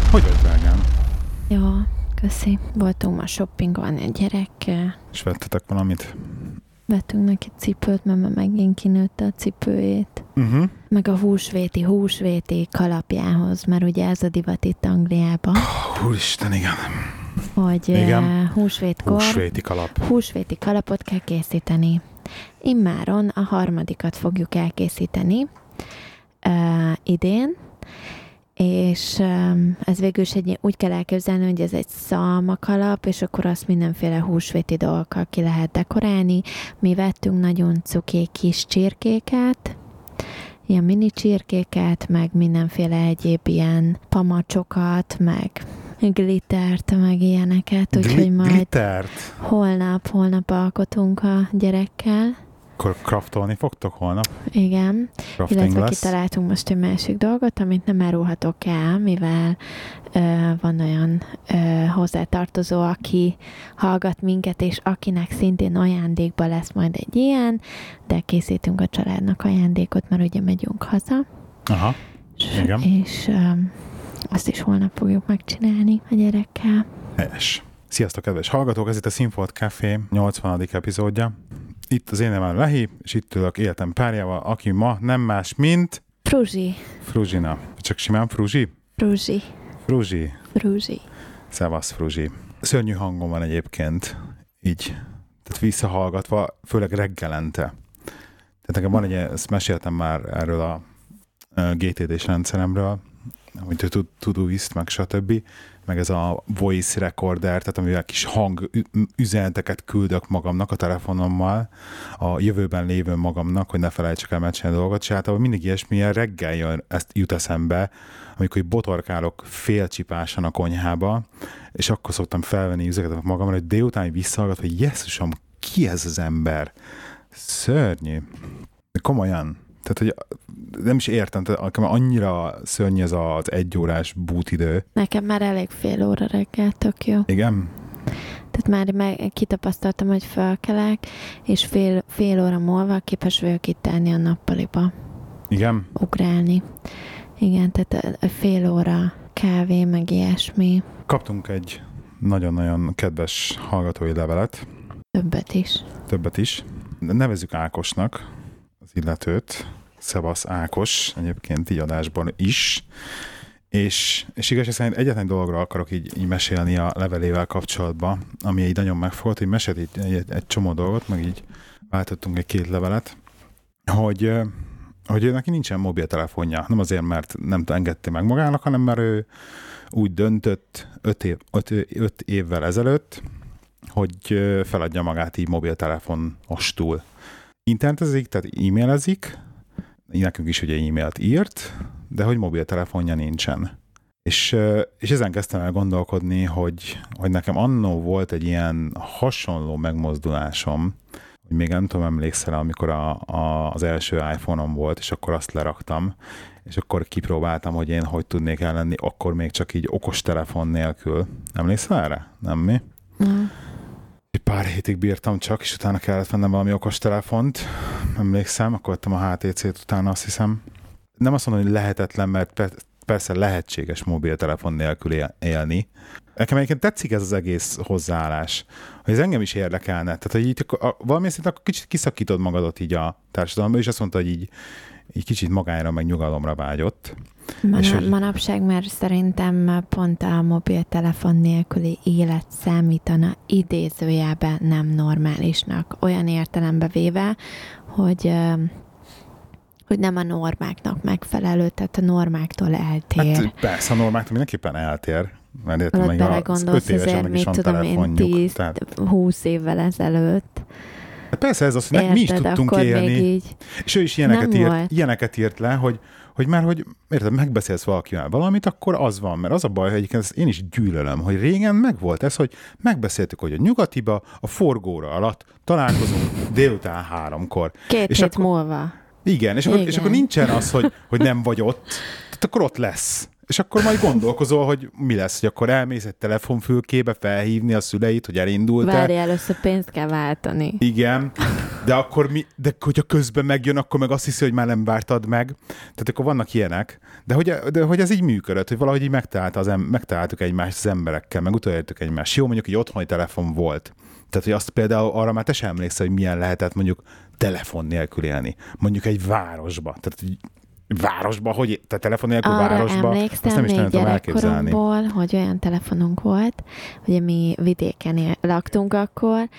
Hogy vagy, drágám? Jó, köszi. Voltunk ma shoppingon egy gyerekkel. És vettetek valamit? Vettünk neki cipőt, mert már megint kinőtte a cipőjét. Meg a húsvéti kalapjához, mert ugye ez a divat itt Angliában. Úristen, igen. Hogy igen. Húsvéti kalapot kell készíteni. Immáron a 3. fogjuk elkészíteni idén, és ez végül is úgy kell elképzelni, hogy ez egy szalmakalap, és akkor azt mindenféle húsvéti dolgokkal ki lehet dekorálni. Mi vettünk nagyon cuki kis csirkéket, ilyen mini csirkéket, meg mindenféle egyéb ilyen pamacsokat, meg glittert, meg ilyeneket, úgyhogy majd glittert? holnap alkotunk a gyerekkel. Akkor kraftolni fogtok holnap? Igen, Crafting illetve lesz. kitaláltunk most egy másik dolgot, amit nem árulhatok el, mivel van olyan hozzátartozó, aki hallgat minket, és akinek szintén ajándékba lesz majd egy ilyen, de készítünk a családnak ajándékot, mert ugye megyünk haza. Aha, igen. És azt is holnap fogjuk megcsinálni a gyerekkel. Helyes. Sziasztok, kedves hallgatók! Ez itt a Színfolt Café 80. epizódja. Itt az én nevem Lehi, és itt ülök életem párjával, aki ma nem más, mint... Fruzsi. Fruzsina. Csak simán Fruzsi? Fruzsi. Szevasz, Fruzsi. Szörnyű hangom van egyébként, így, tehát visszahallgatva, főleg reggelente. Tehát nekem van ezt meséltem már erről a GTD-s rendszeremről, hogy Todoist, meg stb., meg ez a voice recorder, tehát amivel kis hangüzeneteket küldök magamnak a telefonommal, a jövőben lévő magamnak, hogy ne felejtsek el megcsinálni dolgot, és általában mindig ilyesmilyen reggel jut eszembe, amikor botorkálok félcsipásan a konyhába, és akkor szoktam felvenni üzenetet magamra, hogy délután visszahallgat, hogy Jesszusom, ki ez az ember? Szörnyű. De komolyan. Tehát, hogy nem is értem, tehát annyira szörnyű ez az 1 órás bútidő. Nekem már elég fél óra reggel, tök jó. Igen? Tehát már kitapasztaltam, hogy felkelek, és fél óra múlva képes vagyok itt állni a nappaliba. Igen? Ugrálni. Igen, tehát fél óra kávé, meg ilyesmi. Kaptunk egy nagyon-nagyon kedves hallgatói levelet. Többet is. Nevezzük Ákosnak az illetőt. Szevasz Ákos, egyébként így adásban is. És igazság szerint egyetlen dologra akarok így mesélni a levelével kapcsolatban, ami így nagyon megfogott, hogy mesélt egy csomó dolgot, meg így váltottunk egy 2 levelet, hogy neki nincsen mobiltelefonja. Nem azért, mert nem engedte meg magának, hanem mert ő úgy döntött 5 évvel ezelőtt, hogy feladja magát így mobiltelefonostul. Internetezik, tehát e-mailezik, nekünk is ugye e-mailt írt, de hogy mobiltelefonja nincsen. És ezen kezdtem el gondolkodni, hogy nekem annó volt egy ilyen hasonló megmozdulásom, hogy még nem tudom, emlékszel, amikor az első iPhone-om volt, és akkor azt leraktam, és akkor kipróbáltam, hogy én hogy tudnék ellenni, akkor még csak így okostelefon nélkül. Emlékszel erre? Nem mi? Egy pár hétig bírtam csak, és utána kellett vennem valami okostelefont. Emlékszem, akkor vettem a HTC-t utána, azt hiszem. Nem azt mondom, hogy lehetetlen, mert persze lehetséges mobiltelefon nélkül élni. Nekem egyébként tetszik ez az egész hozzáállás, hogy ez engem is érdekelne. Tehát, hogy így valami szinten akkor kicsit kiszakítod magadat így a társadalomban, és azt mondta, hogy így kicsit magányra, meg nyugalomra vágyott. Manapság már szerintem pont a mobiltelefon nélküli élet számítana idézőjelben nem normálisnak. Olyan értelembe véve, hogy nem a normáknak megfelelő, tehát a normáktól eltér. Hát persze, a normáktól mindenképpen eltér. Mert értem, hogy belegondolsz azért, mit tudom én, 10-20 évvel ezelőtt. Hát persze ez az, hogy mi is tudtunk élni. És ő is ilyeneket írt le, hogy már, hogy érted, megbeszélsz valakivel valamit, akkor az van, mert az a baj, hogy egyébként én is gyűlölöm, hogy régen megvolt ez, hogy megbeszéltük, hogy a nyugatiba a forgóra alatt találkozunk délután 3-kor. 2 hét múlva. Igen, és akkor nincsen az, hogy nem vagy ott, tehát akkor ott lesz. És akkor majd gondolkozol, hogy mi lesz, hogy akkor elmész egy telefonfülkébe felhívni a szüleit, hogy elindult-e. Várj, először pénzt kell váltani. Igen, de akkor de hogyha közben megjön, akkor meg azt hiszi, hogy már nem vártad meg. Tehát akkor vannak ilyenek. De hogy ez így működött, hogy valahogy így megtaláltuk egymást az emberekkel, meg utolértük egymást. Jó, mondjuk egy otthoni telefon volt. Tehát, hogy azt például arra már te sem emlékszel, hogy milyen lehetett mondjuk telefon nélkül élni. Mondjuk egy városba. Tehát városba, hogy te telefon nélkül arra városba, azt nem is tudom elképzelni. Hogy olyan telefonunk volt, hogy mi vidéken laktunk akkor,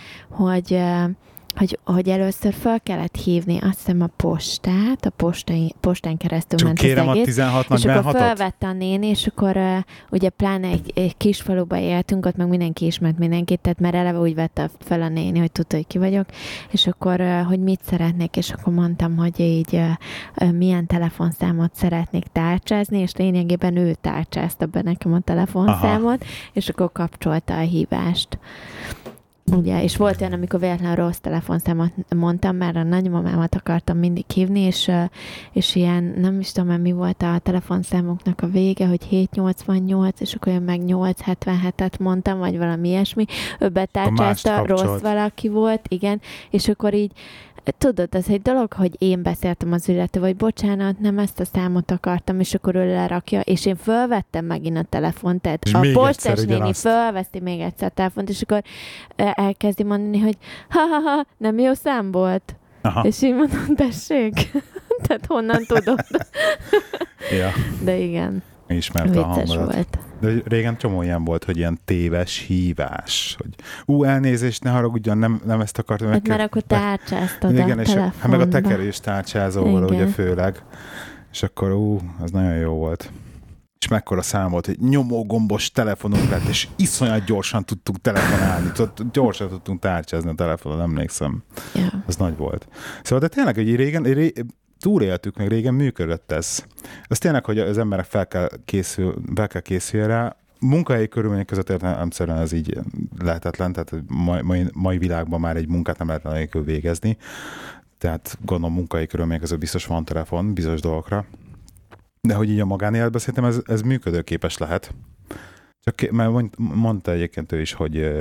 hogy először fel kellett hívni, azt hiszem a postát, a postán keresztül ment kérem az egész, és akkor felvette a néni, és akkor ugye pláne egy kis faluba éltünk, ott meg mindenki ismert mindenkit, tehát már eleve úgy vette fel a néni, hogy tudta, hogy ki vagyok, és akkor, hogy mit szeretnék, és akkor mondtam, hogy így milyen telefonszámot szeretnék tárcsázni, és lényegében ő tárcsázta be nekem a telefonszámot, és akkor kapcsolta a hívást. Ugye, és volt olyan, amikor véletlenül rossz telefonszámot mondtam, mert a nagymamámat akartam mindig hívni, és ilyen, nem is tudom, mi volt a telefonszámoknak a vége, hogy 788, és akkor meg 877-et mondtam, vagy valami ilyesmi. Ő betárcsázta, rossz valaki volt, igen, és akkor így tudod, ez egy dolog, hogy én beszéltem az illetővel, vagy bocsánat, nem ezt a számot akartam, és akkor ő lerakja, és én fölvettem megint a telefont, tehát és a postás néni fölveszi még egyszer a telefont, és akkor elkezdi mondani, hogy ha, nem jó szám volt. Aha. És így mondom, tessék, tehát honnan tudod? Ja. De igen. Ismerte a hangodat. Volt. De régen csomó ilyen volt, hogy ilyen téves hívás, hogy elnézést, ne haragudjon, nem ezt akartam. Hát mert akkor tárcsáztad a telefonba. Hát meg a tekerés tárcsázóval ugye főleg. És akkor az nagyon jó volt. És mekkora szám volt, hogy nyomógombos telefonunk lett, és iszonyat gyorsan tudtunk telefonálni. Gyorsan tudtunk tárcsázni a telefonon, emlékszem. Yeah. Az nagy volt. Szóval de tényleg, hogy régen túléltük, meg régen működött ez. Az tényleg, hogy az emberek fel kell készülni rá. Munkahelyi körülmények között értelemszerűen ez így lehetetlen, tehát mai világban már egy munkát nem lehet nélkül végezni. Tehát gondolom munkahelyi körülmények között biztos van telefon bizonyos dolgokra. De hogy így a magánéletben szerintem ez működőképes lehet. Csak mert mondta egyébként ő is, hogy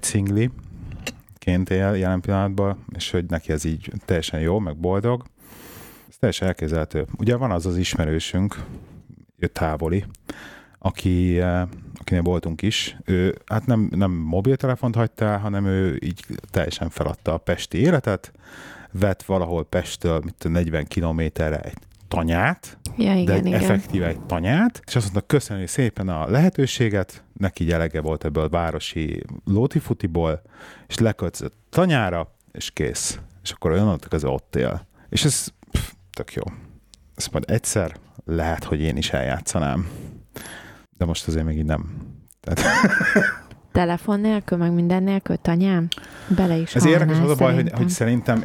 szingliként él jelen pillanatban, és hogy neki ez így teljesen jó, meg boldog. Ez teljesen elképzelhető. Ugye van az ismerősünk, ő távoli, akinél voltunk is. Ő hát nem mobiltelefont hagyta el, hanem ő így teljesen feladta a pesti életet, vett valahol Pesttől 40 kilométerre egy tanyát, effektíve egy tanyát, és azt mondta, köszönjük szépen a lehetőséget, neki így elege volt ebből a városi lótifutiból, és leköltözött a tanyára, és kész. És akkor onnantól ez ott él. És ez tök jó. Ezt majd egyszer lehet, hogy én is eljátszanám. De most azért még így nem. Tehát... Telefon nélkül, meg minden nélkül, tanyám? Bele is ez érdekes az a baj, hogy szerintem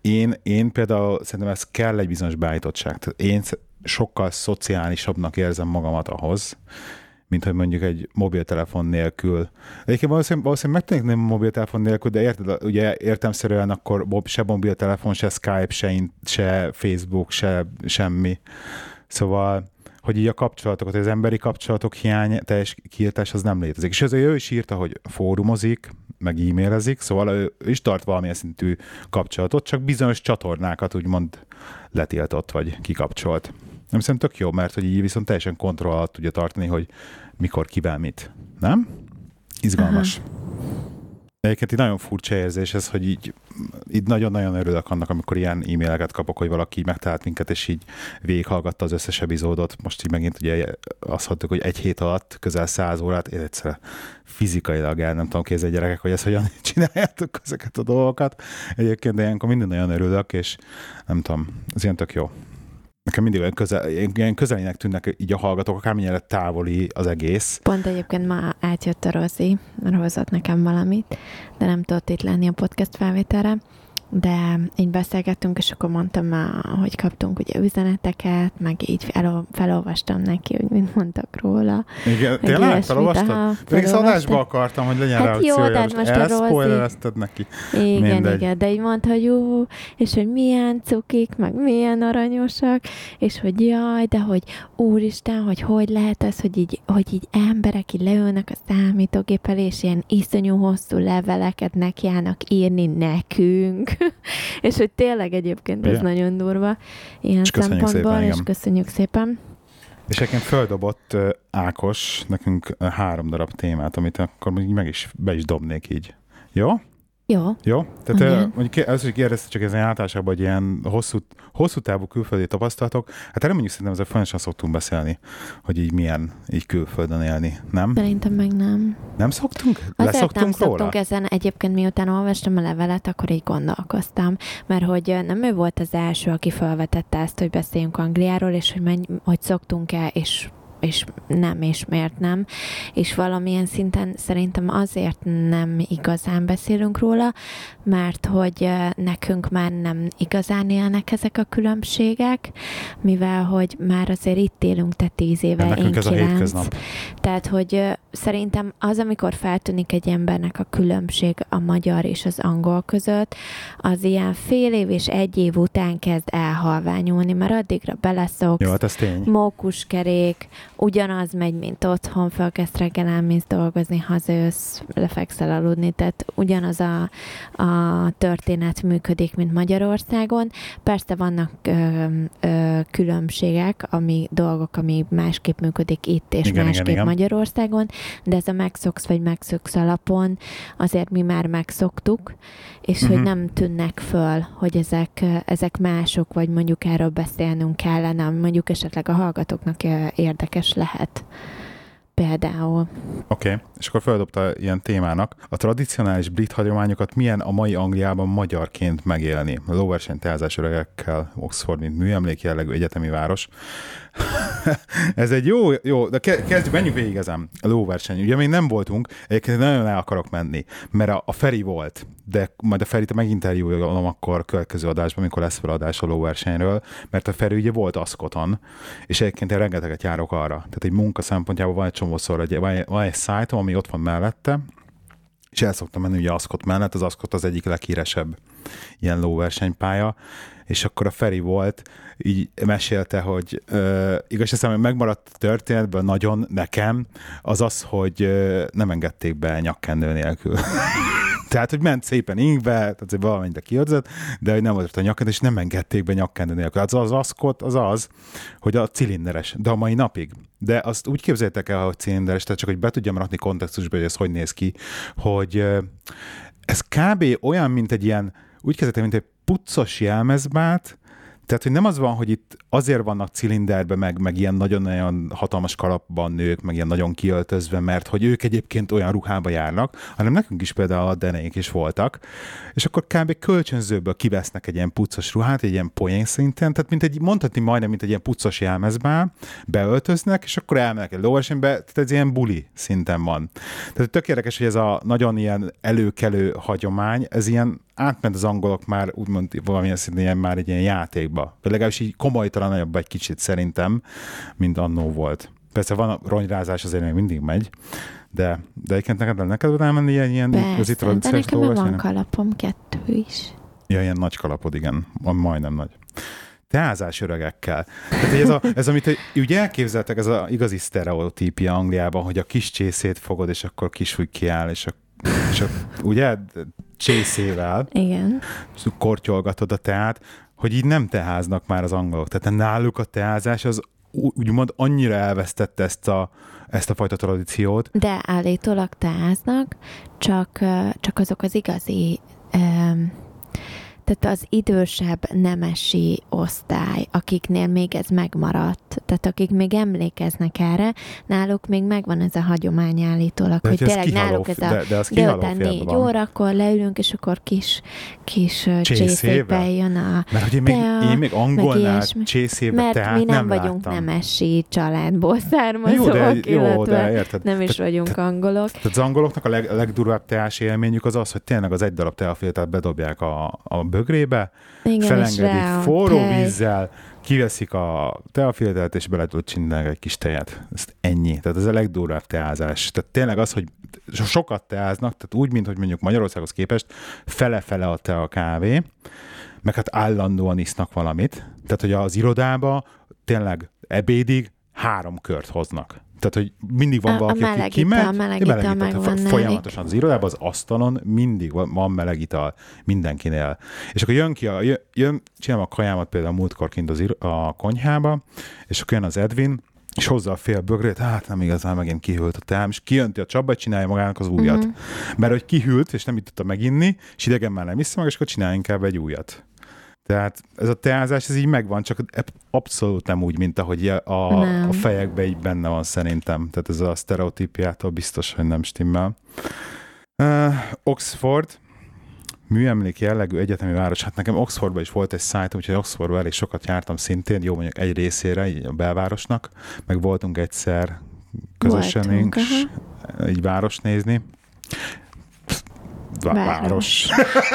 én például szerintem ez kell egy bizonyos beállítottság. Tehát én sokkal szociálisabbnak érzem magamat ahhoz, mint hogy mondjuk egy mobiltelefon nélkül. Egyébként valószínűleg meg tudnék nem mobiltelefon nélkül, de ugye értelemszerűen akkor se mobiltelefon, se Skype, se Facebook, se semmi. Szóval hogy így a kapcsolatokat, az emberi kapcsolatok teljes kiirtás az nem létezik. És azért ő is írta, hogy fórumozik, meg e-mailezik, szóval ő is tart valamilyen szintű kapcsolatot, csak bizonyos csatornákat úgymond letiltott, vagy kikapcsolt. Nem szerintem tök jó, mert hogy így viszont teljesen kontroll alatt tudja tartani, hogy mikor kivel mit. Nem? Izgalmas. Aha. Egyébként így nagyon furcsa érzés ez, hogy így nagyon-nagyon örülök annak, amikor ilyen e-maileket kapok, hogy valaki így megtalált minket, és így végighallgatta az összes epizódot. Most így megint ugye azt mondtuk, hogy egy hét alatt közel 100 órát, én egyszerűen fizikailag nem tudom képzelni gyerekek, hogy ezt hogyan csináljátok ezeket a dolgokat. Egyébként de ilyenkor minden nagyon örülök, és nem tudom, ez ilyen tök jó. Nekem mindig olyan közelének tűnnek így a hallgatók, akármennyire távoli az egész. Pont egyébként ma átjött a Rozi, mert hozott nekem valamit, de nem tudott itt lenni a podcast felvételre, de így beszélgettünk, és akkor mondtam, hogy kaptunk ugye üzeneteket, meg így felolvastam neki, hogy mit mondtak róla. Igen, tényleg? Felolvastad? Még szadásba akartam, hogy legyen reakciója. Hát jó, most a spoilerezted neki. Igen, de így mondta, hogy jó, és hogy milyen cukik, meg milyen aranyosak, és hogy jaj, de hogy úristen, hogy lehet az, hogy így emberek így leülnek a számítógép elé, és ilyen iszonyú hosszú leveleket nekiállnak írni nekünk. És hogy tényleg egyébként ez nagyon durva ilyen szempontból, és köszönjük szépen. És egyébként földobott Ákos nekünk 3 darab témát, amit akkor be is dobnék így. Jó? Jó? Tehát mondjuk először kérdezte csak ezen általában, hogy ilyen hosszú távú külföldi tapasztalatok. Hát erre mondjuk szerintem ezzel folyamatosan szoktunk beszélni, hogy így milyen így külföldön élni, nem? Szerintem meg nem. Nem szoktunk? Azért nem szoktunk ezen. Egyébként miután olvastam a levelet, akkor így gondolkoztam, mert hogy nem ő volt az első, aki felvetette ezt, hogy beszéljünk Angliáról, és hogy szoktunk-e, és nem, és miért nem. És valamilyen szinten szerintem azért nem igazán beszélünk róla, mert hogy nekünk már nem igazán élnek ezek a különbségek, mivel hogy már azért itt élünk, te 10 éve, nekünk én 9. Tehát, hogy szerintem az, amikor feltűnik egy embernek a különbség a magyar és az angol között, az ilyen fél év és 1 év után kezd elhalványulni, mert addigra beleszoksz. Jó, hát ez tény. Mókuskerék, ugyanaz megy, mint otthon, felkezd reggel elmész dolgozni, hazajössz, lefekszel aludni, tehát ugyanaz a történet működik, mint Magyarországon. Persze vannak különbségek, dolgok, ami másképp működik itt, és másképp Magyarországon, de ez a megszoksz vagy megszoksz alapon, azért mi már megszoktuk, és hogy nem tűnnek föl, hogy ezek mások, vagy mondjuk erről beszélnünk kellene, mondjuk esetleg a hallgatóknak érdekes lehet. Például. Oké, és akkor feldobta ilyen témának. A tradicionális brit hagyományokat milyen a mai Angliában magyarként megélni? A lóversenyteházás öregekkel, Oxford, mint műemlék jellegű egyetemi város. Ez egy jó, de kezdjük, menjünk végig ezen. A lóverseny. Ugye még nem voltunk, egyébként nagyon el akarok menni, mert a Feri volt, de majd a Ferit meginterjúolom akkor következő adásban, amikor lesz feladás a lóversenyről, mert a Feri ugye volt Ascoton, és egyébként én rengeteget járok arra. Tehát egy munka szempontjából van egy csomószor, van egy szájtom, ami ott van mellette, és el szoktam menni ugye Ascot mellett, az Ascot az egyik leghíresebb ilyen lóversenypálya, és akkor a Feri volt, így mesélte, hogy igaz, hogy megmaradt a történetből nagyon nekem, az, hogy nem engedték be nyakkendő nélkül. Tehát, hogy ment szépen ingbe, tehát valamennyire kiörzött, de hogy nem volt a nyakkendő, és nem engedték be nyakkendő nélkül. Hát az Ascot az, hogy a cilinderes, de a mai napig. De azt úgy képzeljétek el, hogy cilinderes, tehát csak hogy be tudjam rakni kontextusba, hogy ez hogy néz ki, hogy ez kb. Olyan, mint egy ilyen, úgy kezdete, mint egy puccos jelmezbát, tehát, hogy nem az van, hogy itt azért vannak cilinderben, meg ilyen nagyon-nagyon hatalmas kalapban nők, meg ilyen nagyon kiöltözve, mert hogy ők egyébként olyan ruhába járnak, hanem nekünk is például a deneik is voltak, és akkor kb. Kölcsönzőből kivesznek egy ilyen puccos ruhát, egy ilyen poén szinten, tehát mondhatni majdnem, mint egy ilyen puccos jelmezbe, beöltöznek, és akkor elmennek egy lóversenybe, tehát ez ilyen buli szinten van. Tehát tök érdekes, hogy ez a nagyon ilyen előkelő hagyomány, ez ilyen átment az angolok már úgymond valamilyen szinten már egy ilyen játékba. Vagy legalábbis így komolytalanabb egy kicsit szerintem, mint annó volt. Persze van a ronyrázás, azért még mindig megy, de egyébként neked van elmenni ilyen igazi tradíciós de nekem van kalapom, 2 is. Ja, ilyen nagy kalapod, igen. Majdnem nagy. Teházás öregekkel. Tehát ez amit úgy elképzeltek, ez az igazi sztereotípia Angliában, hogy a kis csészét fogod, és akkor kisúly kiáll, és ugye csészével igen. kortyolgatod a teát, hogy így nem teháznak már az angolok. Tehát náluk a teházás az úgymond annyira elvesztette ezt a fajta tradíciót. De állítólag teháznak, csak azok az igazi tehát az idősebb nemesi osztály, akiknél még ez megmaradt, tehát akik még emlékeznek erre, náluk még megvan ez a hagyomány állítólag, hogy tényleg náluk ez a délután 4 órakor leülünk, és akkor kis csészébe jön a mert hogy én még angolnál csészébe teát nem nem vagyunk láttam. nemesi családból származók, illetve érted. nem is vagyunk angolok. Tehát az angoloknak a legdurvább teás élményük az, hogy tényleg az egy darab teafiltert bedobják a bögrébe, felengedik forró vízzel, kiveszik a teafiltert, és bele tud csinálni egy kis tejet. Ez ennyi. Tehát ez a legdurvább teázás. Tehát tényleg az, hogy sokat teáznak, tehát úgy, mint hogy mondjuk Magyarországhoz képest fele-fele a tea a kávé, meg hát állandóan isznak valamit. Tehát, hogy az irodába tényleg ebédig 3 kört hoznak. Tehát, hogy mindig van valaki, aki kimegy, folyamatosan az irodában, az asztalon mindig van meleg ital mindenkinél. És akkor csinálom a kajámat például múltkor kint a konyhába, és akkor jön az Edwin, és hozza a fél bögrét, hát nem igazán megint kihűlt a teám, és kijönti a csapba, csinálja magának az újat. Mert hogy kihűlt, és nem tudta meginni, és idegen már nem iszza meg, és akkor csinálja inkább egy újat. Tehát ez a teázás, ez így megvan, csak abszolút nem úgy, mint ahogy a fejekben így benne van szerintem. Tehát ez a sztereotípiától biztos, hogy nem stimmel. Oxford, műemlék jellegű egyetemi város. Hát nekem Oxfordban is volt egy szájtom, úgyhogy Oxfordban elég sokat jártam szintén, jó mondjuk egy részére, így a belvárosnak, meg voltunk egyszer közösen így város nézni. Város.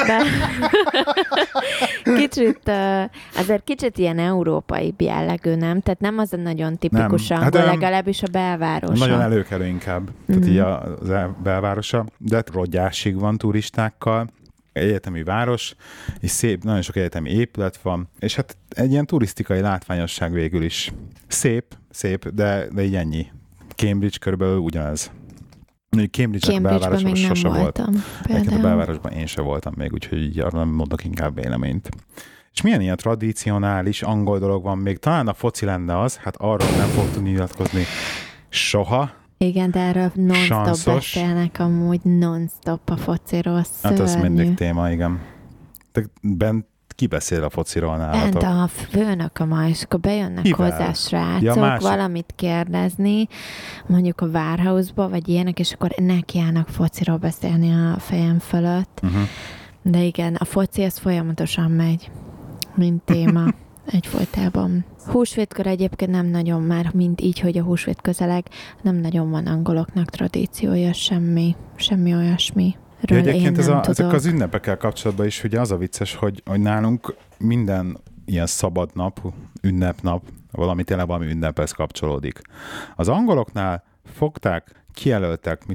Azért kicsit ilyen európai jellegű, nem? Tehát nem az a nagyon tipikus angol, legalábbis a belvárosa. Nagyon előkelő inkább, tehát így a belvárosa, de Rodgyásig van turistákkal, egyetemi város, és szép, nagyon sok egyetemi épület van, és hát egy ilyen turisztikai látványosság végül is. Szép, de így ennyi. Cambridge körülbelül ugyanez. Cambridge-ben belvárosban sose voltam. Egyébként a belvárosban én sem voltam még, úgyhogy így arra nem mondok inkább véleményt. És milyen ilyen tradicionális angol dolog van még? Talán a foci lenne az, hát arról nem fog tudni nyilatkozni soha. Igen, de erről non-stop beszélnek amúgy, non-stop a fociról. Szörnyű. Hát ez mindig téma, igen. De bent ki beszél a fociról nálatok? Bent a főnök ma, és akkor bejönnek hozzá srácok valamit kérdezni, mondjuk a Warehouse-ba, vagy ilyenek, és akkor nekiállnak fociról beszélni a fejem fölött. De igen, a foci az folyamatosan megy, mint téma. Egyfolytában. Húsvétkor egyébként nem nagyon már, mint így, hogy a húsvét közeleg, nem nagyon van angoloknak tradíciója, semmi olyasmi. Egyébként ezek az ünnepekkel kapcsolatban is ugye az a vicces, hogy nálunk minden ilyen szabad nap, ünnepnap, tényleg valami ünnephez kapcsolódik. Az angoloknál fogták, kijelöltek,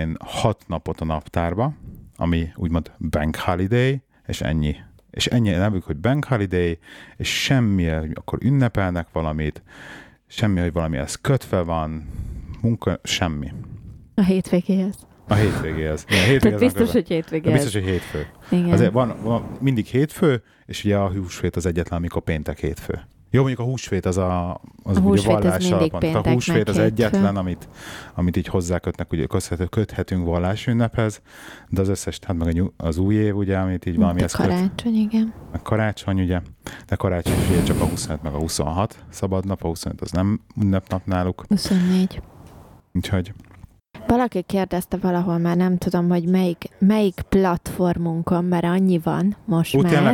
6 napot a naptárba, ami úgymond bank holiday, és ennyi. És ennyi nevük, hogy bank holiday, és semmi, hogy akkor ünnepelnek valamit, semmi, hogy valamihez kötve van, munka, semmi. A hétvégéhez. Tehát biztos, hogy hétvégéhez. Biztos, hogy hétfő. Igen. Azért van mindig hétfő, és ugye a húsvét az egyetlen, amikor péntek hétfő. Jó, mondjuk a húsvét az a húsvét az mindig péntek, a húsvét az egyetlen, amit így hozzákötnek, ugye köthetünk vallásünnephez, de az összes, hát meg az új év, ugye, amit így valamihez köt. Karácsony, igen. A karácsony, ugye, de karácsony ugye csak a 25 meg a 26 szabad nap, a 25 az nem ünnepnap náluk. 24. Úgyhogy valaki kérdezte valahol, már nem tudom, hogy melyik platformunkon, mert annyi van most már. Tényleg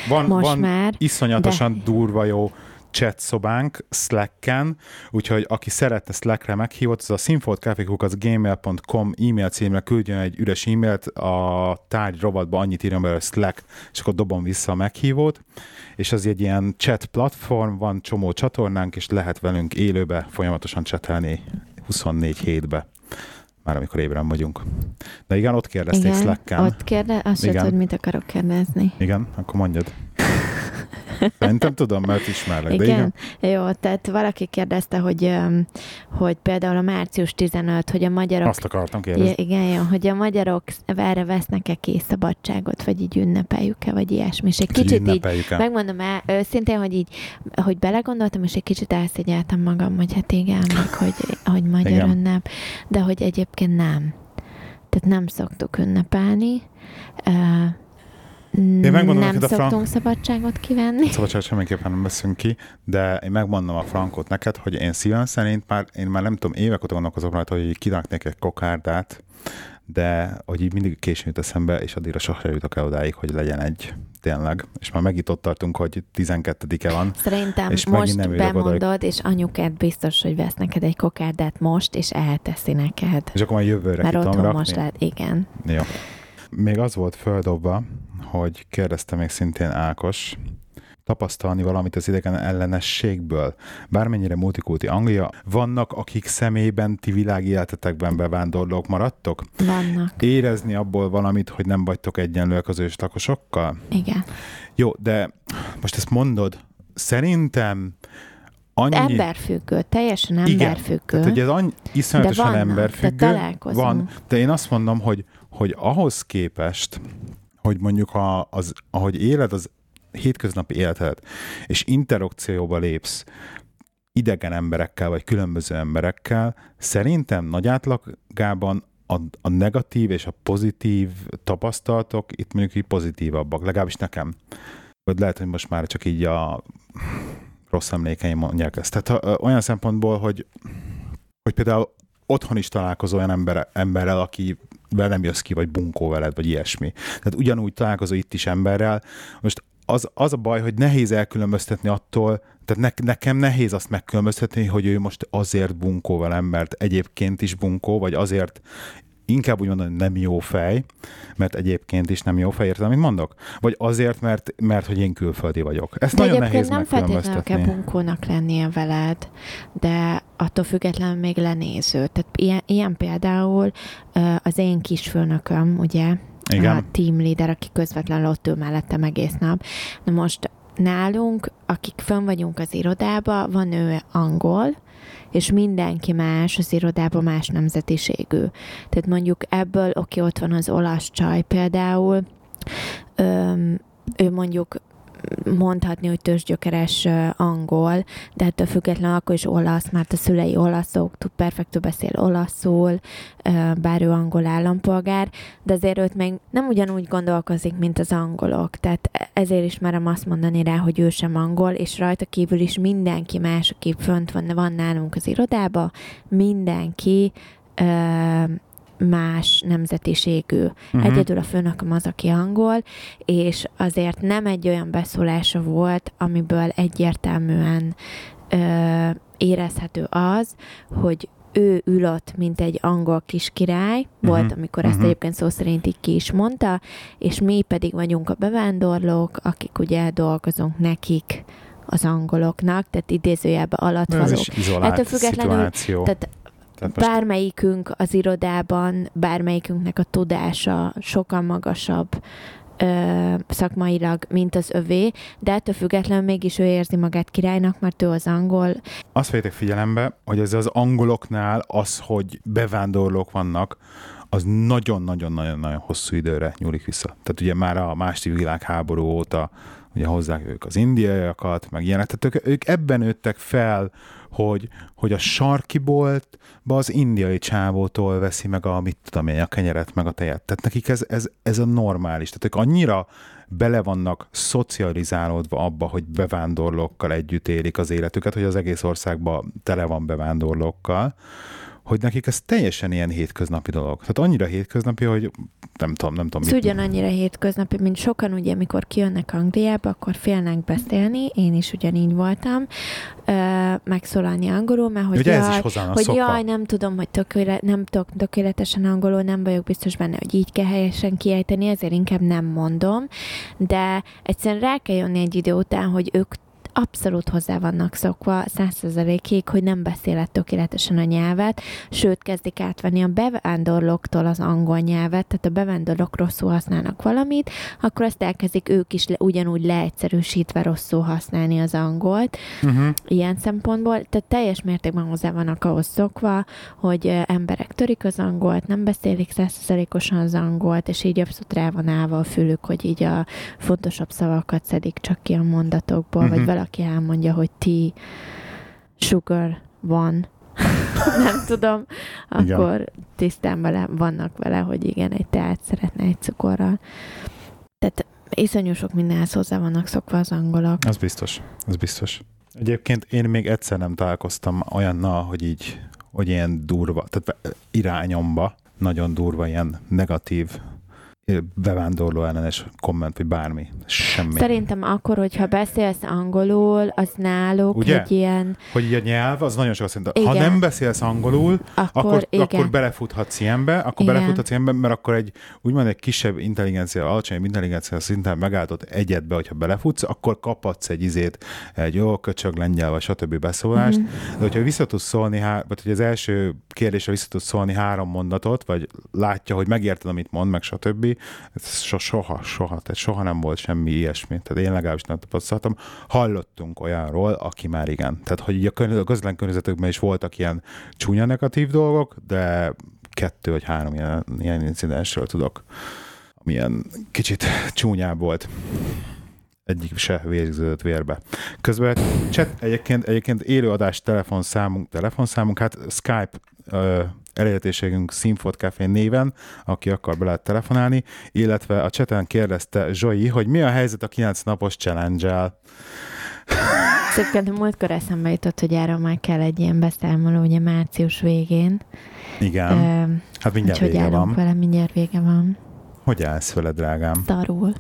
van iszonyatosan durva jó chat szobánk Slacken, úgyhogy aki szeretne Slackre meghívott, az a színfoltkávék@gmail.com e-mail címre küldjön egy üres e-mailt, a tárgy rovatba annyit írjon belőle Slack, és akkor dobom vissza a meghívót, és az egy ilyen chat platform, van csomó csatornánk, és lehet velünk élőbe folyamatosan chattelni 24 hétbe. Már amikor ébren vagyunk. De igen, ott kérdezték Slacken. Ott azt sem tudod, mit akarok kérdezni. Igen, akkor mondjad. Szerintem tudom, mert ismerlek. Igen? Jó, tehát valaki kérdezte, hogy például a március 15, hogy a magyarok... Azt akartam kérdezni. Igen, jó, hogy a magyarok erre vesznek-e ki szabadságot, vagy így ünnepeljük-e, vagy ilyesmi. És egy kicsit így, megmondom el, őszintén, hogy belegondoltam, és egy kicsit elszégyeltem magam, hogy hát igen, meg hogy magyar ünnep, de hogy egyébként nem. Tehát nem szoktuk ünnepelni. Nem szoktunk szabadságot kivenni. Szabadságot semmiképpen nem veszünk ki, de én megmondom a frankot neked, hogy én szívem szerint én már nem tudom, évek óta gondolkozom rajta, hogy kiraknék egy kokárdát, de hogy így mindig későn jut eszembe, és addigra sosem jutok el odáig, hogy legyen egy tényleg. És már megint ott tartunk, hogy 12-e van. Szerintem és most bemondod, és anyukád biztos, hogy vesz neked egy kokárdát most, és elteszi neked. És akkor majd jövőre ki tudom rakni. Most lehet, igen. Jó. Még az volt földobva, hogy kérdezte még szintén Ákos, tapasztalni valamit az idegen ellenességből. Bármennyire multikulti Anglia, vannak, akik személyben ti világi életetekben bevándorlók maradtok? Vannak. Érezni abból valamit, hogy nem vagytok egyenlőek az őslakosokkal? Igen. Jó, de most ezt mondod, szerintem emberfüggő, teljesen emberfüggő. Igen, tehát hogy ez iszonyatosan emberfüggő. Van, de én azt mondom, hogy ahhoz képest, hogy mondjuk ahogy éled az hétköznapi életedet, és interakcióba lépsz idegen emberekkel, vagy különböző emberekkel, szerintem nagy átlagában a negatív és a pozitív tapasztalatok itt mondjuk így pozitívabbak, legalábbis nekem. Vagy lehet, hogy most már csak így a rossz emlékeim mondják ezt. Tehát olyan szempontból, hogy például otthon is találkozol olyan emberrel, akivel nem jössz ki, vagy bunkó veled, vagy ilyesmi. Tehát ugyanúgy találkozol itt is emberrel. Most az a baj, hogy nehéz elkülönböztetni attól, tehát nekem nehéz azt megkülönböztetni, hogy ő most azért bunkó velem, mert egyébként is bunkó, vagy azért inkább úgy mondani, hogy nem jó fej, mert egyébként is nem jó fej, érted, amit mondok? Vagy azért, mert hogy én külföldi vagyok. Ezt de nagyon nehéz megkülönböztetni. Nem feltétlenül kell bunkónak lennie veled, de attól függetlenül még lenéző. Tehát ilyen például az én kisfőnököm, ugye, igen. A team leader, aki közvetlenül ott ül mellettem egész nap. Na most nálunk, akik fönn vagyunk az irodába, van ő angol, és mindenki más az irodában más nemzetiségű. Tehát mondjuk ebből, ott van az olasz csaj például, ő mondjuk mondhatni, hogy tőzsgyökeres angol, de ettől függetlenül akkor is olasz, mert a szülei olaszok, perfektül beszél olaszul, bár ő angol állampolgár, de azért őt még nem ugyanúgy gondolkozik, mint az angolok. Tehát ezért is merem azt mondani rá, hogy ő sem angol, és rajta kívül is mindenki más, aki fönt van nálunk az irodába, mindenki más nemzetiségű. Egyedül a főnököm az, aki angol, és azért nem egy olyan beszólása volt, amiből egyértelműen érezhető az, hogy ő ülött, mint egy angol kiskirály, volt, amikor ezt egyébként szó szerint így ki is mondta, és mi pedig vagyunk a bevándorlók, akik ugye dolgozunk nekik, az angoloknak, tehát idézőjelben alattvalók. Ez is izolált szituáció. Tehát bármelyikünk az irodában, bármelyikünknek a tudása sokkal magasabb szakmailag, mint az övé, de ettől függetlenül mégis ő érzi magát királynak, mert ő az angol. Azt vegyétek figyelembe, hogy ez az angoloknál az, hogy bevándorlók vannak, az nagyon-nagyon-nagyon hosszú időre nyúlik vissza. Tehát ugye már a második világháború óta ugye hozzák ők az indiaiakat, meg ilyenek. Tehát ők ebben nőttek fel, hogy a sarki boltba az indiai csávótól veszi meg a kenyeret, meg a tejet. Tehát nekik ez a normális. Tehát ők annyira bele vannak szocializálódva abba, hogy bevándorlókkal együtt élik az életüket, hogy az egész országban tele van bevándorlókkal, hogy nekik ez teljesen ilyen hétköznapi dolog. Tehát annyira hétköznapi, hogy nem tudom. Ez ugyanannyira hétköznapi, mint sokan ugye, amikor kijönnek Angliába, akkor félnek beszélni, én is ugyanígy voltam, megszólalni angolul, mert hogy jaj, nem tudom, hogy nem tudok tökéletesen angolul, nem vagyok biztos benne, hogy így kell helyesen kiejteni, ezért inkább nem mondom, de egyszerűen rá kell jönni egy idő után, hogy ők abszolút hozzá vannak szokva 100%-ig, hogy nem beszéled tökéletesen a nyelvet, sőt, kezdik átvenni a bevándorlóktól az angol nyelvet, tehát a bevándorlók rosszul használnak valamit, akkor azt elkezdik ők is ugyanúgy leegyszerűsítve rosszul használni az angolt. Ilyen szempontból, tehát teljes mértékben hozzá vannak ahhoz szokva, hogy emberek törik az angolt, nem beszélik 100%-osan az angolt, és így abszolút rá van állva a fülük, hogy így a fontosabb szavakat szedik csak ki a mondatokból, vagy valaki elmondja, hogy tea, sugar van, nem tudom, akkor igen. Tisztán vannak vele, hogy igen, egy teát szeretne egy cukorral. Tehát iszonyú sok mindenhez hozzá vannak szokva az angolok. Az biztos. Egyébként én még egyszer nem találkoztam olyannal, hogy ilyen durva, tehát irányomba, nagyon durva ilyen negatív bevándorló ellenes komment, vagy bármi. Semmi. Szerintem akkor, hogyha beszélsz angolul, az náluk ugye? Egy ilyen... Hogy a nyelv, az nagyon sokat szerintem. Ha nem beszélsz angolul, akkor belefuthatsz ilyenbe, mert akkor úgymond egy kisebb intelligencia, alacsonyabb intelligencia szinten megálltott egyedbe, hogyha belefutsz, akkor kaphatsz egy jó köcsög lengyel, vagy stb. Beszólást. De hogyha vissza tudsz szólni, vagy hogy az első kérdésre vissza tudsz szólni 3 mondatot, vagy látja, hogy megérted, amit mond, meg stb. Soha nem volt semmi ilyesmi. Tehát én legalábbis nem tapasztaltam. Hallottunk olyanról, aki már igen. Tehát, hogy a közvetlen környezetükben is voltak ilyen csúnya negatív dolgok, de 2 vagy 3 ilyen incidensről tudok, ami ilyen kicsit csúnyább volt. Egyik se végződött vérbe. Közben egyébként élőadás telefonszámunk, hát Skype elérhetőségünk Színfot Café néven, aki akar be lehet telefonálni, illetve a chaten kérdezte Zsoi, hogy mi a helyzet a 9 napos challenge-el. Szerintem múltkor eszembe jutott, hogy erről már kell egy ilyen beszámoló, ugye március végén. Igen. Hát mindjárt vége van. Vele, mindjárt vége van. Hogy állsz vele, drágám? Szarul.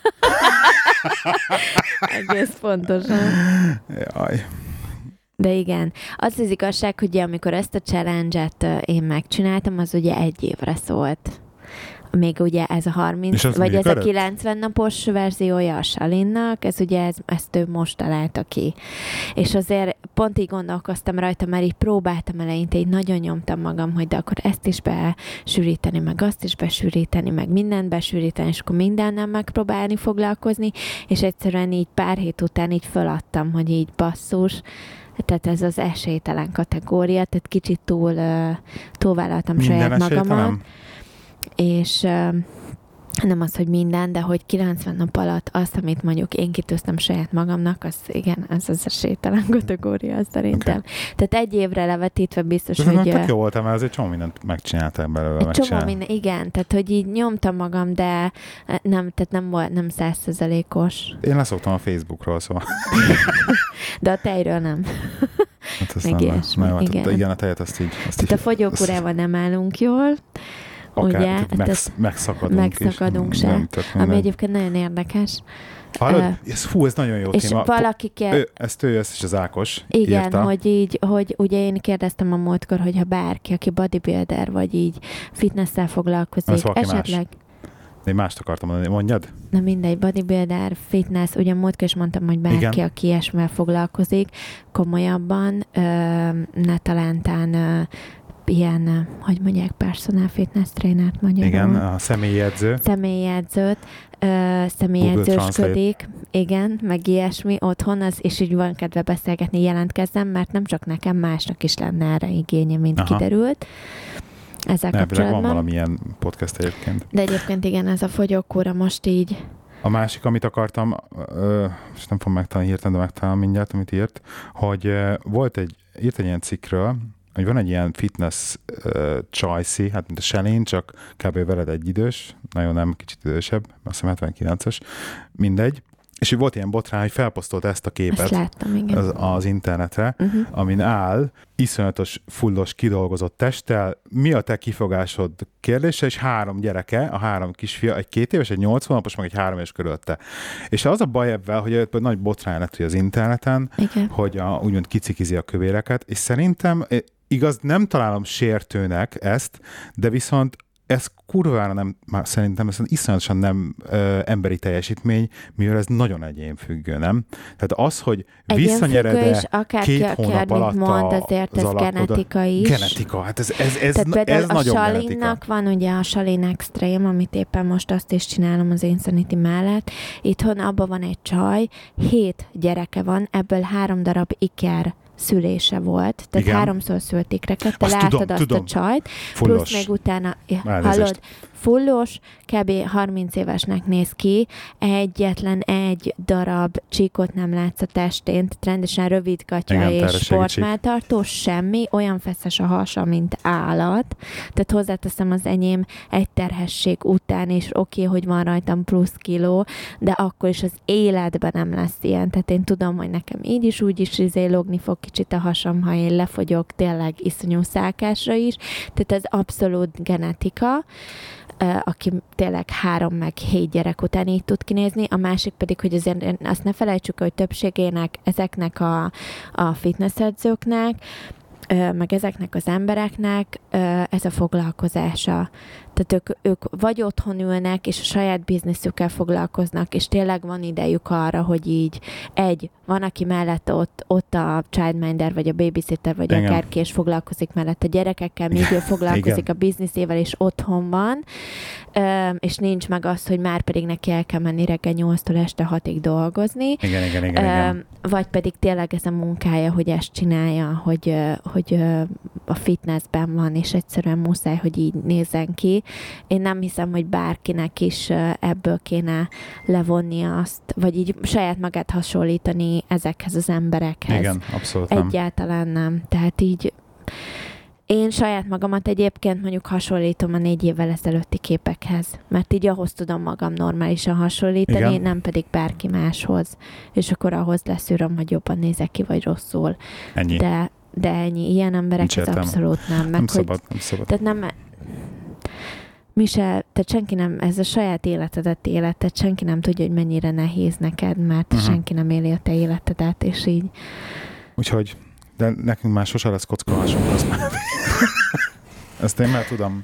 Egész pontosan. Jaj. De igen, az igazság, hogy amikor ezt a challenge-et én megcsináltam, az ugye 1 évre szólt. Még ugye ez a 30, vagy ez a 90 napos verziója a Salinnak, ez ugye ezt ő most találta ki. És azért pont így gondolkoztam rajta, mert így próbáltam eleinte, így nagyon nyomtam magam, hogy de akkor ezt is besűríteni, meg azt is besűríteni, meg mindent besűríteni, és akkor mindennel megpróbálni foglalkozni, és egyszerűen így pár hét után így föladtam, hogy így basszus, tehát ez az esélytelen kategória, tehát kicsit túlvállaltam saját magamat. És nem az, hogy minden, de hogy 90 nap alatt azt, amit mondjuk én kitűztem saját magamnak, az igen, az esélytelen kategória szerintem. Okay. Tehát 1 évre levetítve biztos, hogy... Tök jó voltam, mert azért csomó mindent megcsináltam belőle. Csomó minden, igen, tehát hogy így nyomtam magam, de nem volt, nem 100%-os. Én leszoktam a Facebookról, szóval. De a tejről nem. Hát még ilyesmi, igen, a tejet azt így... Tehát a fogyókúrával nem állunk jól. Akár, ugye? Megszakadunk se. Ami egyébként nagyon érdekes. Hallod? Ez nagyon jó és téma. Valaki ezt is az Ákos igen, írta. hogy ugye én kérdeztem a múltkor, hogyha bárki, aki bodybuilder, vagy így fitnesszel foglalkozik, esetleg... Én mást akartam mondani, mondjad? Na mindegy, bodybuilder, fitness, ugye múltkor is mondtam, hogy bárki, igen, aki ilyesmivel foglalkozik, komolyabban, ne talántán ilyen, hogy mondják, personal fitness trainert magyarul. Igen, a személyedzősködik, igen, meg ilyesmi otthon, és így van kedve beszélgetni, jelentkezzem, mert nem csak nekem, másnak is lenne erre igénye, mint kiderült. Ezzel kapcsolatban. Van valamilyen podcast egyébként. De egyébként igen, ez a fogyókúra most így. A másik, amit akartam, és nem fogom megtalálni hirtelen, de megtalálom mindjárt, amit írt, hogy írt egy ilyen cikkről, hogy van egy ilyen fitness csajszi, hát mint a Selin, csak kb. Veled egy idős, nagyon nem, kicsit idősebb, azt hiszem 79-es, mindegy. És volt ilyen botrány, hogy felposztolta ezt a képet láttam, az internetre, amin áll, iszonyatos, fullos, kidolgozott testtel, mi a te kifogásod kérdése, és 3 gyereke, a 3 kisfia, egy 2 éves, egy 8 hónapos, meg egy 3 éves körülötte. És az a baj ebben, hogy nagy botrány lett az interneten, igen, hogy úgymond kicikizi a kövéreket, és szerintem igaz, nem találom sértőnek ezt, de viszont ez kurvára nem, szerintem ez iszonyatosan nem emberi teljesítmény, mivel ez nagyon egyénfüggő, nem? Tehát az, hogy visszanyered-e 2 hónap alatt mond, azért ez genetika is. Genetika, hát ez nagyon a Salinnak van ugye a Salin Extreme, amit éppen most azt is csinálom az Insanity mellett. Itthon abban van egy csaj, 7 gyereke van, ebből 3 darab iker szülése volt, tehát igen, 3-szor szült ikreket, te látod azt a csajt, fullos, plusz még utána, hallod, fullos, kb. 30 évesnek néz ki, egyetlen egy darab csíkot nem látsz a testén, rendesen rövid gatya és sportmáltartó, semmi, olyan feszes a hasa, mint állat, tehát hozzáteszem az enyém egy terhesség után, és oké, hogy van rajtam plusz kiló, de akkor is az életben nem lesz ilyen, tehát én tudom, hogy nekem így is, úgy is lógni fog kicsit a hasam, ha én lefogyok tényleg iszonyú szálkásra is, tehát ez abszolút genetika. aki tényleg 3 meg 7 gyerek után így tud kinézni, a másik pedig, hogy azért azt ne felejtsük, hogy többségének, ezeknek a fitnessedzőknek, meg ezeknek az embereknek ez a foglalkozása. Tehát ők vagy otthon ülnek, és a saját bizniszükkel foglalkoznak, és tényleg van idejük arra, hogy így van, aki mellett ott a childminder, vagy a babysitter, vagy akárki, és foglalkozik mellett a gyerekekkel, míg ő foglalkozik a bizniszével, és otthon van, és nincs meg az, hogy már pedig neki el kell menni reggel 8-tól este 6-ig dolgozni. Igen. Vagy pedig tényleg ez a munkája, hogy ezt csinálja, hogy a fitnessben van, és egyszerűen muszáj, hogy így nézzen ki. Én nem hiszem, hogy bárkinek is ebből kéne levonni azt, vagy így saját magát hasonlítani ezekhez az emberekhez. Igen, abszolút nem. Egyáltalán nem. Tehát így én saját magamat egyébként mondjuk hasonlítom a 4 évvel ezelőtti képekhez, mert így ahhoz tudom magam normálisan hasonlítani, igen, nem pedig bárki máshoz. És akkor ahhoz leszűröm, hogy jobban nézek ki, vagy rosszul. Ennyi. De ennyi. Ilyen emberekhez abszolút nem. Nem szabad. Tehát nem... tehát senki nem, ez a saját életedet élet, tehát senki nem tudja, hogy mennyire nehéz neked, mert senki nem éli a te életedet, és így. Úgyhogy, de nekünk már sose lesz kockalásunk, az már. Ezt én már tudom.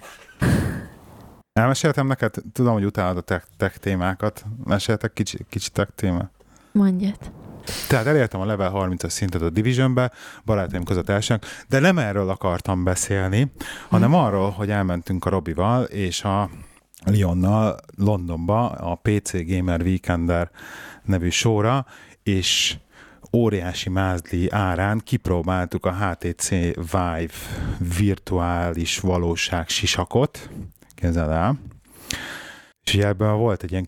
Elmeséltem neked, tudom, hogy utálod a tech témákat. Meséltek kicsi tech téma? Mondjad. Tehát elértem a level 30-as szintet a Divisionbe, barátaim között elsőnek, de nem erről akartam beszélni, hanem arról, hogy elmentünk a Robival és a Lionnal Londonba a PC Gamer Weekender nevű showra, és óriási mázli árán kipróbáltuk a HTC Vive virtuális valóság sisakot. Képzeld el. És ebben volt egy ilyen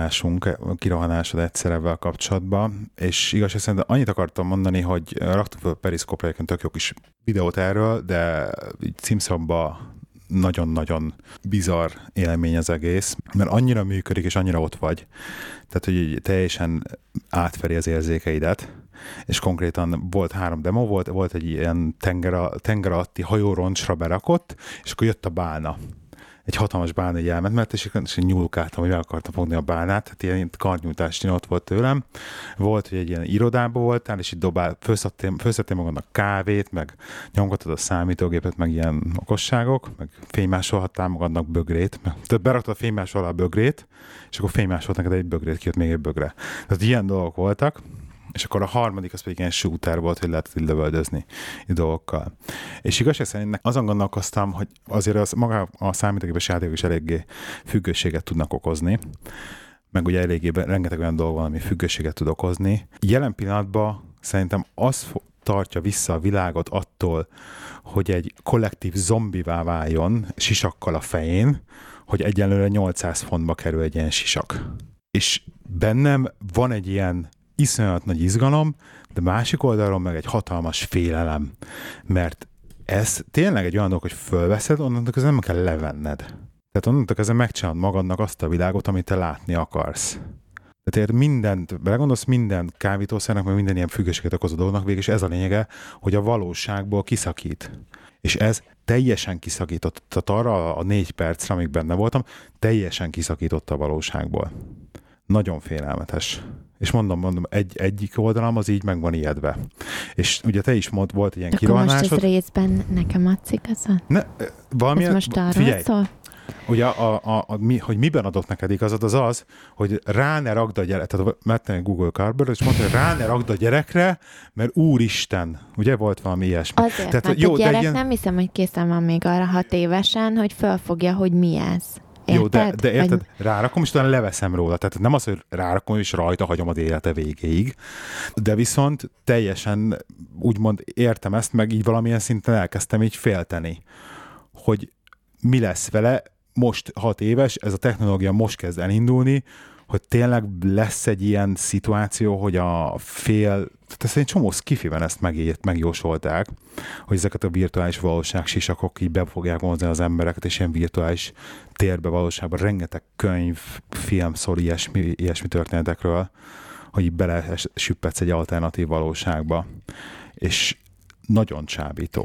kirohanásod egyszer ebben kapcsolatban, és igazság szerint annyit akartam mondani, hogy raktuk fel Periszkópra egyébként tök jó kis videót erről, de címszabban nagyon-nagyon bizarr élmény az egész, mert annyira működik, és annyira ott vagy. Tehát, hogy teljesen átveri az érzékeidet, és konkrétan volt 3 demo, volt egy ilyen tenger alatti hajóroncsra berakott, és akkor jött a bálna. Egy hatalmas bálna így elment, mert és nyúlkáltam, hogy meg akartam fogni a bálnát, tehát ilyen karnyújtás ott volt tőlem. Volt, hogy egy ilyen irodában voltál, és így főztettél magadnak kávét, meg nyomgattad a számítógépet, meg ilyen okosságok, meg fénymásolhattál magadnak bögrét, tehát beraktad a fénymásol alá a bögrét, és akkor fénymásolt neked egy bögrét, kijött még egy bögre. Tehát ilyen dolgok voltak. És akkor a harmadik az pedig ilyen shooter volt, hogy lehetett lövöldözni dolgokkal. És igazság szerint azon gondolkoztam, hogy azért az maga a számítógépes játékok is eléggé függőséget tudnak okozni, meg ugye eléggé rengeteg olyan dolog van, ami függőséget tud okozni. Jelen pillanatban szerintem az tartja vissza a világot attól, hogy egy kollektív zombivá váljon sisakkal a fején, hogy egyenlőre 800 fontba kerül egy ilyen sisak. És bennem van egy ilyen iszonyat nagy izgalom, de másik oldalról meg egy hatalmas félelem, mert ez tényleg egy olyan dolog, hogy fölveszed, onnantól kezdve nem kell levenned. Tehát onnantól kezdve megcsinálod magadnak azt a világot, amit te látni akarsz. Tehát mindent, belegondolsz, minden kábítószernek, meg minden ilyen függőséget okozó dolognak végig, és ez a lényege, hogy a valóságból kiszakít. És ez teljesen kiszakított, tehát arra a 4 percre, amíg benne voltam, teljesen kiszakított a valóságból. Nagyon félelmetes. És mondom, egyik oldalam az így meg van ijedve. És ugye te is volt egy ilyen kirohanásod. Akkor most ez részben nekem adsz igazat? Valamilyen, ez most arról szól? Ugye, hogy miben adott neked igazad, az, hogy rá ne ragd a gyerek, tehát mettem Google Cardboard, és mondta, hogy rá ne ragd a gyerekre, mert úristen, ugye volt valami ilyesmi. Azért, tehát, mert jó, a gyerek ilyen... nem hiszem, hogy készen van még arra 6 évesen, hogy felfogja, hogy mi ez. Jó, de érted, rárakom, és utána leveszem róla. Tehát nem az, hogy rárakom, és rajta hagyom az élete végéig, de viszont teljesen úgymond értem ezt, meg így valamilyen szinten elkezdtem így félteni, hogy mi lesz vele, most 6 éves, ez a technológia most kezd elindulni, hogy tényleg lesz egy ilyen szituáció, hogy a tehát ezt egy csomó skifiben ezt megjósolták, hogy ezeket a virtuális valóság sisakok így be fogják vonzni az embereket, és ilyen virtuális térbe valóságban rengeteg könyv, film szól ilyesmi történetekről, hogy így belesüppedsz egy alternatív valóságba. És nagyon csábító.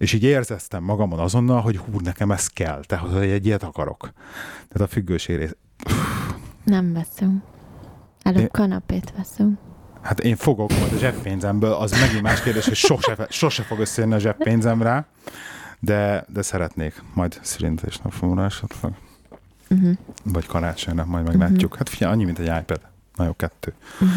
És így érzeztem magamon azonnal, hogy nekem ez kell, tehát hogy egy ilyet akarok. Tehát a függőség rész. Nem veszünk. Előbb kanapét veszünk. Hát én fogok majd a zseppénzemből, az megint más kérdés, hogy sose fog összejönni a zseppénzem rá, de szeretnék majd születésnapomra esetleg. Vagy karácsonynak, majd meglátjuk. Hát figyelj, annyi, mint egy iPad. Na jó, 2.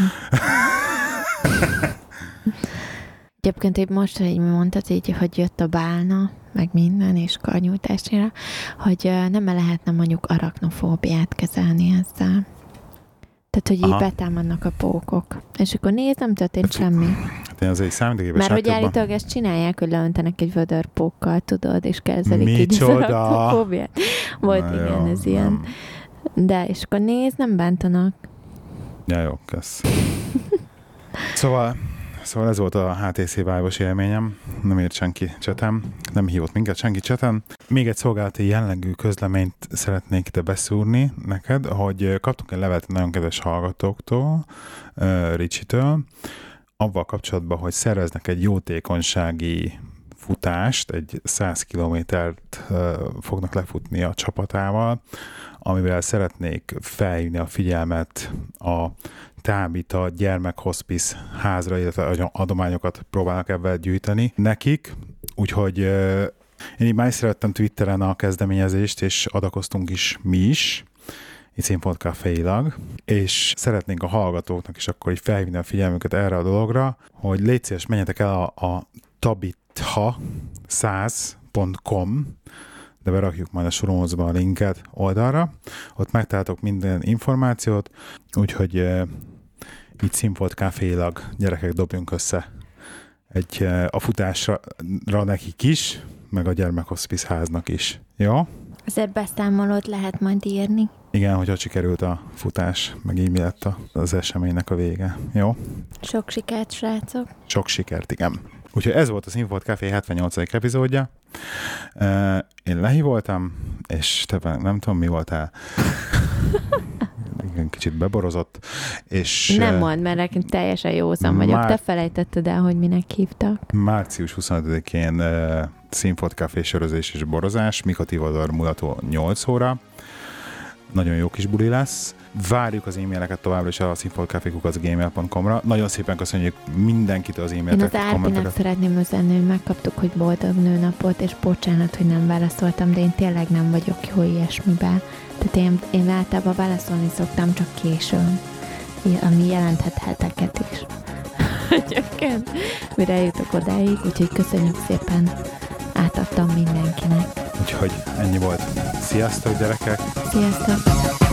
Egyébként így most, hogy mondtad így, hogy jött a bálna, meg minden, és karnyújtásra, hogy nem lehetne mondjuk arachnofóbiát kezelni ezzel. Tehát, hogy így betámadnak a pókok. És akkor nem történt semmi. Hát én azért számítógépes mert hogy állítólag ezt csinálják, hogy leöntenek egy vödör pókkal, tudod, és kezelik így az arachnofóbiát. Volt na igen, jó, ez ilyen. Nem. De, és akkor nem bántanak. Ja, jó, kösz. Szóval ez volt a HTC Vive-os élményem. Nem írt senki csetem. Nem hívott minket senki csetem. Még egy szolgálati jellegű közleményt szeretnék ide beszúrni neked, hogy kaptunk egy levelet nagyon kedves hallgatóktól, Ricsitől, avval kapcsolatban, hogy szerveznek egy jótékonysági futást, egy 100 kilométert fognak lefutni a csapatával, amivel szeretnék felhívni a figyelmet a Tábita gyermekhospice házra, illetve adományokat próbálnak ebben gyűjteni nekik, úgyhogy én így már is szerettem Twitteren a kezdeményezést, és adakoztunk is mi is, itt Színfoltcaféilag, és szeretnénk a hallgatóknak is akkor így felhívni a figyelmüket erre a dologra, hogy légy szíves, menjetek el a tabitha100.com, de berakjuk majd a sorolmozba a linket oldalra, ott megtaláltok minden információt, úgyhogy így Színfoltcaféilag gyerekek dobjunk össze a futásra nekik is, meg a gyermekhospice háznak is. Jó? Azért beszámolót lehet majd írni. Igen, hogy sikerült a futás, meg így mi lett az eseménynek a vége. Jó? Sok sikert, srácok! Sok sikert, igen. Úgyhogy ez volt a Színfolt Café 78. epizódja. Én Lehi voltam, és te nem tudom, mi voltál. Igen, kicsit beborozott. És nem mondd, mert nekem teljesen józan vagyok. Te felejtetted el, hogy minek hívtak. Március 25-én Színfolt Café sörözés és borozás, Mika Tivadar mulató 8 óra. Nagyon jó kis buli lesz. Várjuk az e-maileket továbbra is a színfoltcafé@gmail.com-ra. Nagyon szépen köszönjük mindenkitől az e-maileket. Én az Árpinak szeretném üzenni, hogy megkaptuk, hogy boldog nőnapot, és bocsánat, hogy nem válaszoltam, de én tényleg nem vagyok jó ilyesmiben. Tehát én általában válaszolni szoktam, csak későn, ami jelenthet heteket is. Egyébként, mire eljutok odáig, úgyhogy köszönjük szépen, átadtam mindenkinek. Úgyhogy ennyi volt. Sziasztok, gyerekek! Sziasztok!